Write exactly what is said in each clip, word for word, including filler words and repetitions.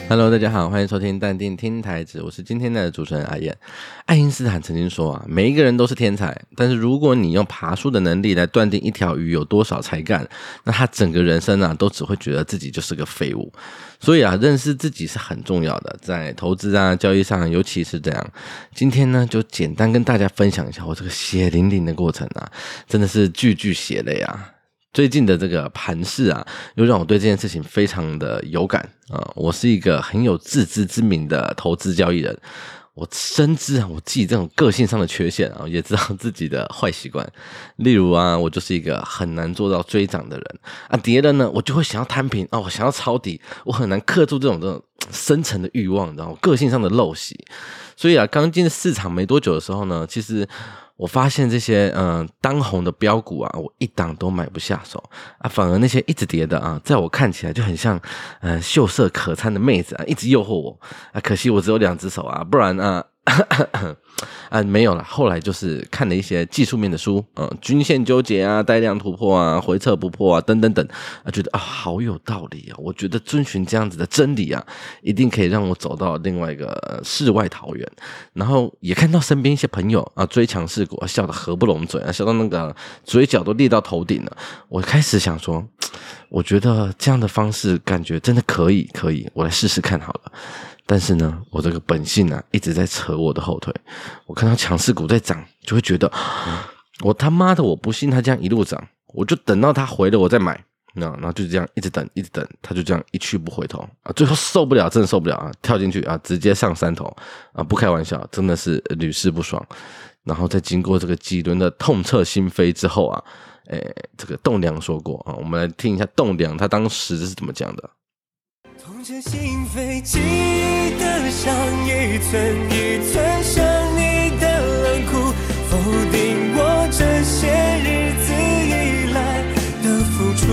Hello， 大家好，欢迎收听淡定听台子，我是今天的主持人阿燕。爱因斯坦曾经说啊，每一个人都是天才，但是如果你用爬树的能力来断定一条鱼有多少才干，那他整个人生啊，都只会觉得自己就是个废物。所以啊，认识自己是很重要的，在投资啊、交易上，尤其是这样。今天呢，就简单跟大家分享一下我这个血淋淋的过程啊，真的是句句血泪啊。最近的这个盘势啊，又让我对这件事情非常的有感啊、呃！我是一个很有自知之明的投资交易人，我深知啊，我自己这种个性上的缺陷啊，也知道自己的坏习惯。例如啊，我就是一个很难做到追涨的人啊，跌了呢，我就会想要摊平啊，我想要抄底，我很难克住这种这种深层的欲望，然后个性上的陋习。所以啊，刚进市场没多久的时候呢，其实我发现这些嗯、呃、当红的标股啊，我一档都买不下手啊，反而那些一直跌的啊，在我看起来就很像呃秀色可餐的妹子啊，一直诱惑我啊，可惜我只有两只手啊，不然啊。啊，没有啦，后来就是看了一些技术面的书，嗯、呃，均线纠结啊，带量突破啊，回撤不破啊，等等等，啊，觉得啊好有道理啊，我觉得遵循这样子的真理啊，一定可以让我走到另外一个、呃、世外桃源。然后也看到身边一些朋友啊追强势股啊，笑得合不拢嘴啊，笑到那个嘴角都裂到头顶了。我开始想说，我觉得这样的方式感觉真的可以，可以，我来试试看好了。但是呢，我这个本性啊，一直在扯我的后腿。我看到强势股在涨，就会觉得，我他妈的，我不信它这样一路涨，我就等到它回了我再买。那然后就这样一直等，一直等，它就这样一去不回头啊！最后受不了，真的受不了啊！跳进去啊，直接上山头啊！不开玩笑，真的是屡试不爽。然后在经过这个几轮的痛彻心扉之后啊，诶，这个栋梁说过啊，我们来听一下栋梁他当时是怎么讲的。 痛彻心扉，记忆的像一寸一寸像你的冷酷，否定我这些日子以来的付出，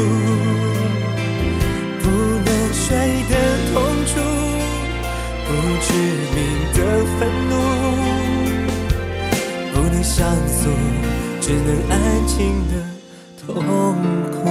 不能睡的痛楚，不知名的愤怒，不能上诉，只能安静的痛苦。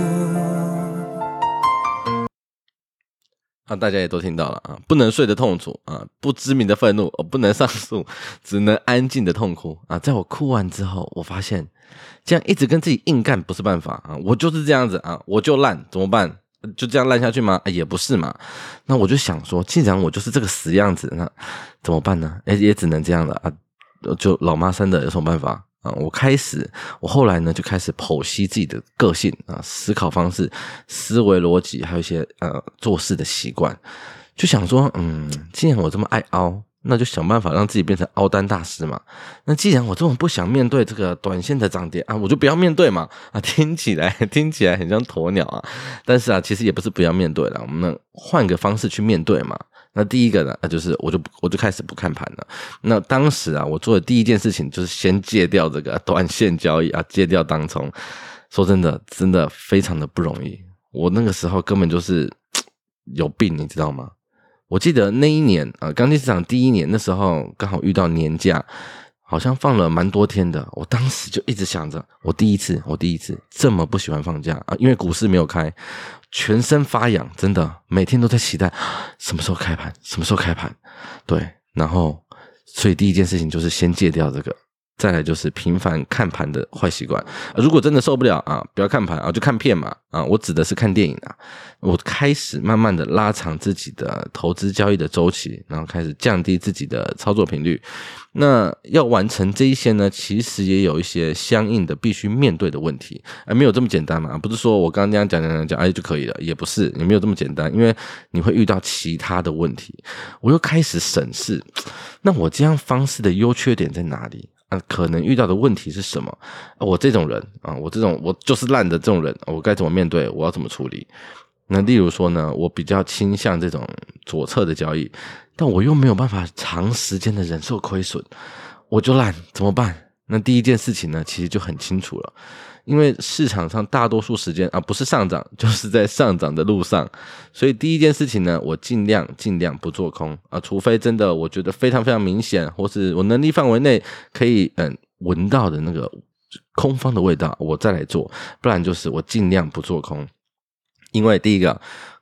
啊，大家也都听到了啊，不能睡的痛楚啊，不知名的愤怒，哦，不能上诉，只能安静的痛哭啊。在我哭完之后，我发现这样一直跟自己硬干不是办法啊，我就是这样子啊，我就烂，怎么办？就这样烂下去吗？啊，也不是嘛。那我就想说，既然我就是这个死样子，那怎么办呢？也也只能这样了啊，就老妈生的，有什么办法？啊，我开始，我后来呢就开始剖析自己的个性啊，思考方式、思维逻辑，还有一些呃做事的习惯，就想说，嗯，既然我这么爱凹，那就想办法让自己变成凹单大师嘛。那既然我这么不想面对这个短线的涨跌啊，我就不要面对嘛。啊，听起来听起来很像鸵鸟啊，但是啊，其实也不是不要面对了，我们换个方式去面对嘛。那第一个呢，那就是我就我就开始不看盘了。那当时啊，我做的第一件事情就是先戒掉这个短线交易啊，戒掉当冲。说真的，真的非常的不容易。我那个时候根本就是有病，你知道吗？我记得那一年啊，刚进市场第一年，那时候刚好遇到年假，好像放了蛮多天的。我当时就一直想着，我第一次，我第一次这么不喜欢放假啊，因为股市没有开。全身发痒，真的每天都在期待什么时候开盘，什么时候开盘。对，然后所以第一件事情就是先戒掉这个，再来就是频繁看盘的坏习惯。如果真的受不了啊，不要看盘啊，就看片嘛啊，我指的是看电影啊。我开始慢慢的拉长自己的投资交易的周期，然后开始降低自己的操作频率。那要完成这一些呢，其实也有一些相应的必须面对的问题，啊，没有这么简单嘛，不是说我刚刚这样讲讲讲讲哎就可以了，也不是，也没有这么简单，因为你会遇到其他的问题。我又开始审视，那我这样方式的优缺点在哪里？啊，可能遇到的问题是什么？啊，我这种人啊，我这种我就是烂的这种人，我该怎么面对？我要怎么处理？那例如说呢，我比较倾向这种左侧的交易，但我又没有办法长时间的忍受亏损，我就烂，怎么办？那第一件事情呢，其实就很清楚了，因为市场上大多数时间啊，不是上涨就是在上涨的路上，所以第一件事情呢，我尽量尽量不做空啊，除非真的我觉得非常非常明显，或是我能力范围内可以嗯闻到的那个空方的味道，我再来做，不然就是我尽量不做空。因为第一个，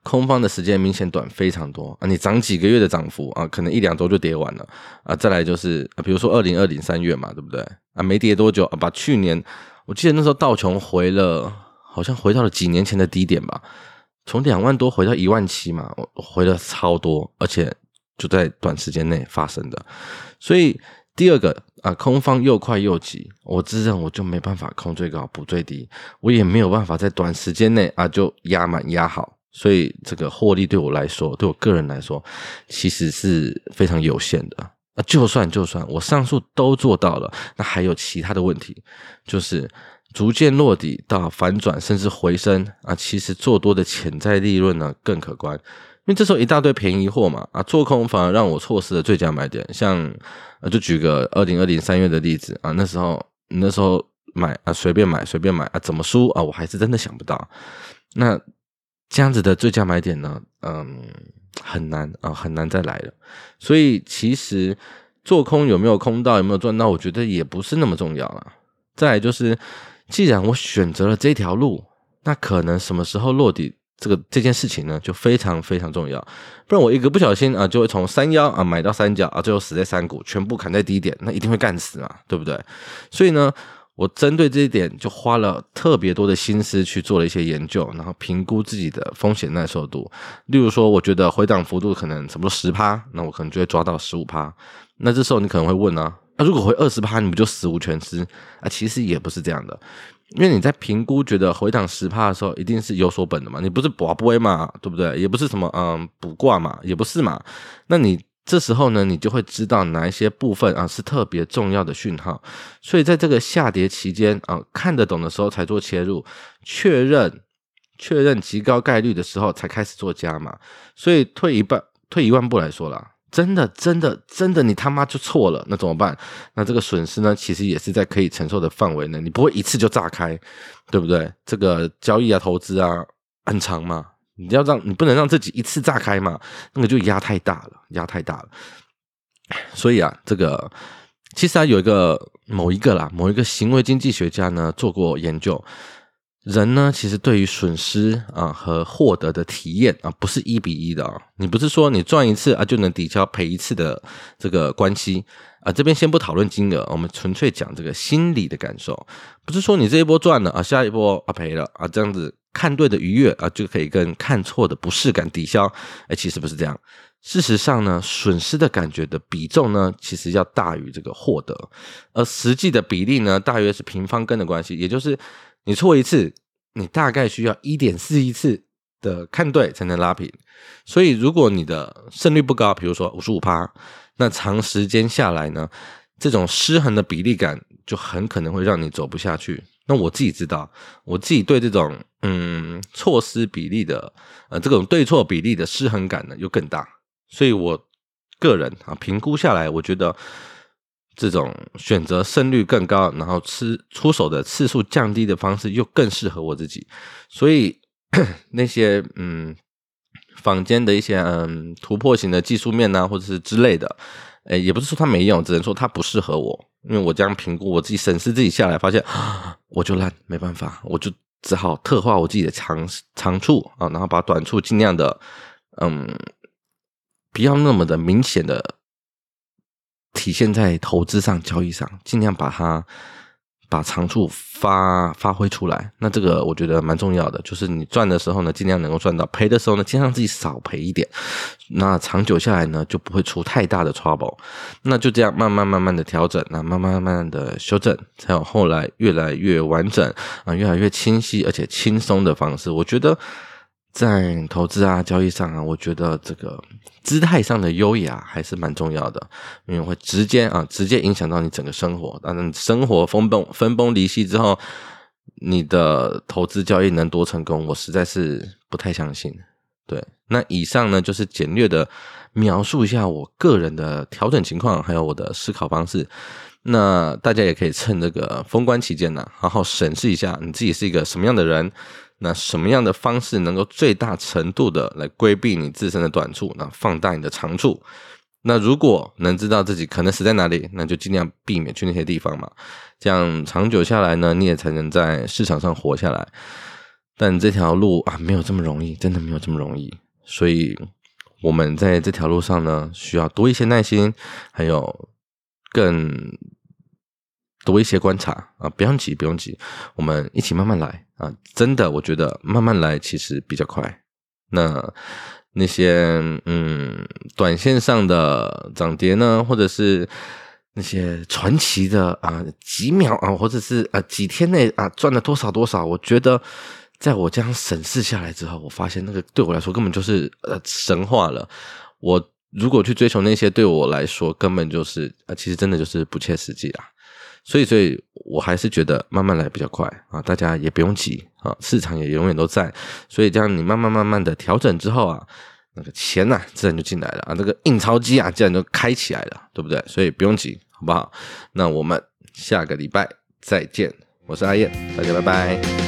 空方的时间明显短非常多啊，你涨几个月的涨幅啊，可能一两周就跌完了啊。再来就是啊，比如说二零二零三月嘛，对不对啊？没跌多久啊，把去年我记得那时候道琼回了，好像回到了几年前的低点吧，从两万多回到一万七嘛，我回了超多，而且就在短时间内发生的。所以第二个啊，空方又快又急，我自认我就没办法空最高补最低，我也没有办法在短时间内啊就压满压好。所以这个获利对我来说，对我个人来说，其实是非常有限的。啊，就算就算我上述都做到了，那还有其他的问题，就是逐渐落底到反转甚至回升啊，其实做多的潜在利润呢更可观。因为这时候一大堆便宜货嘛，啊，做空反而让我错失了最佳买点。像啊，就举个二零二零三月的例子啊，那时候那时候买啊，随便买随便买啊，怎么输啊，我还是真的想不到。那这样子的最佳买点呢，嗯，很难啊，很难再来了。所以其实做空有没有空到，有没有赚到，我觉得也不是那么重要啦。再来就是，既然我选择了这条路，那可能什么时候落底，这个这件事情呢，就非常非常重要。不然我一个不小心啊，就会从山腰啊买到山脚啊，最后死在山谷，全部砍在低点，那一定会干死嘛，对不对？所以呢，我针对这一点就花了特别多的心思去做了一些研究，然后评估自己的风险耐受度。例如说，我觉得回档幅度可能差不多 百分之十， 那我可能就会抓到 百分之十五。 那这时候你可能会问啊，啊如果回 百分之二十 你不就死无全失啊？其实也不是这样的。因为你在评估觉得回档 百分之十 的时候，一定是有所本的嘛，你不是拔杯嘛，对不对？也不是什么嗯卜卦嘛，也不是嘛。那你这时候呢，你就会知道哪一些部分啊是特别重要的讯号，所以在这个下跌期间啊，看得懂的时候才做切入，确认确认极高概率的时候才开始做加码。所以退一半退一万步来说啦，真的真的真的你他妈就错了，那怎么办？那这个损失呢，其实也是在可以承受的范围内，你不会一次就炸开，对不对？这个交易啊投资啊很长嘛，你要让你不能让自己一次炸开嘛，那个就压太大了，压太大了。所以啊，这个其实啊有一个某一个啦，某一个行为经济学家呢做过研究，人呢其实对于损失啊和获得的体验啊不是一比一的啊，你不是说你赚一次啊就能抵消赔一次的这个关系啊。这边先不讨论金额，我们纯粹讲这个心理的感受，不是说你这一波赚了啊，下一波啊赔了啊，这样子看对的愉悦啊就可以跟看错的不适感抵消。哎，其实不是这样。事实上呢，损失的感觉的比重呢，其实要大于这个获得，而实际的比例呢，大约是平方根的关系，也就是你错一次，你大概需要 一点四一次的看对才能拉平。所以如果你的胜率不高，比如说 百分之五十五， 那长时间下来呢，这种失衡的比例感就很可能会让你走不下去。那我自己知道，我自己对这种嗯错失比例的呃这种对错比例的失衡感呢又更大，所以我个人啊评估下来，我觉得这种选择胜率更高，然后吃出手的次数降低的方式又更适合我自己。所以那些嗯坊间的一些嗯突破型的技术面啊，或者是之类的，诶也不是说它没用，只能说它不适合我。因为我这样评估，我自己审视自己下来，发现我就烂，没办法，我就只好特化我自己的长长处啊，然后把短处尽量的嗯不要那么的明显的体现在投资上、交易上，尽量把它把长处发发挥出来。那这个我觉得蛮重要的，就是你赚的时候呢，尽量能够赚到；赔的时候呢，尽量让自己少赔一点。那长久下来呢，就不会出太大的 trouble。那就这样慢慢慢慢的调整，那慢慢慢慢的修正，才有后来越来越完整啊，越来越清晰而且轻松的方式。我觉得在投资啊、交易上啊，我觉得这个姿态上的优雅还是蛮重要的，因为会直接啊，直接影响到你整个生活。当然，生活分崩分崩离析之后，你的投资交易能多成功，我实在是不太相信。对，那以上呢就是简略的描述一下我个人的调整情况，还有我的思考方式。那大家也可以趁这个封关期间呢、啊，好好审视一下你自己是一个什么样的人。那什么样的方式能够最大程度的来规避你自身的短处，那放大你的长处？那如果能知道自己可能死在哪里，那就尽量避免去那些地方嘛。这样长久下来呢，你也才能在市场上活下来。 但这条路啊没有这么容易，真的没有这么容易，所以我们在这条路上呢，需要多一些耐心，还有更多一些观察啊，不用急，不用急，我们一起慢慢来啊！真的，我觉得慢慢来其实比较快。那那些嗯，短线上的涨跌呢，或者是那些传奇的啊几秒啊，或者是啊几天内啊赚了多少多少，我觉得。在我这样审视下来之后，我发现那个对我来说根本就是呃神话了。我如果去追求那些，对我来说根本就是呃其实真的就是不切实际啦。所以，所以我还是觉得慢慢来比较快啊，大家也不用急啊，市场也永远都在。所以这样你慢慢慢慢的调整之后啊，那个钱啊自然就进来了啊，那个印钞机啊自然就开起来了，对不对？所以不用急，好不好？那我们下个礼拜再见，我是阿燕，大家拜拜。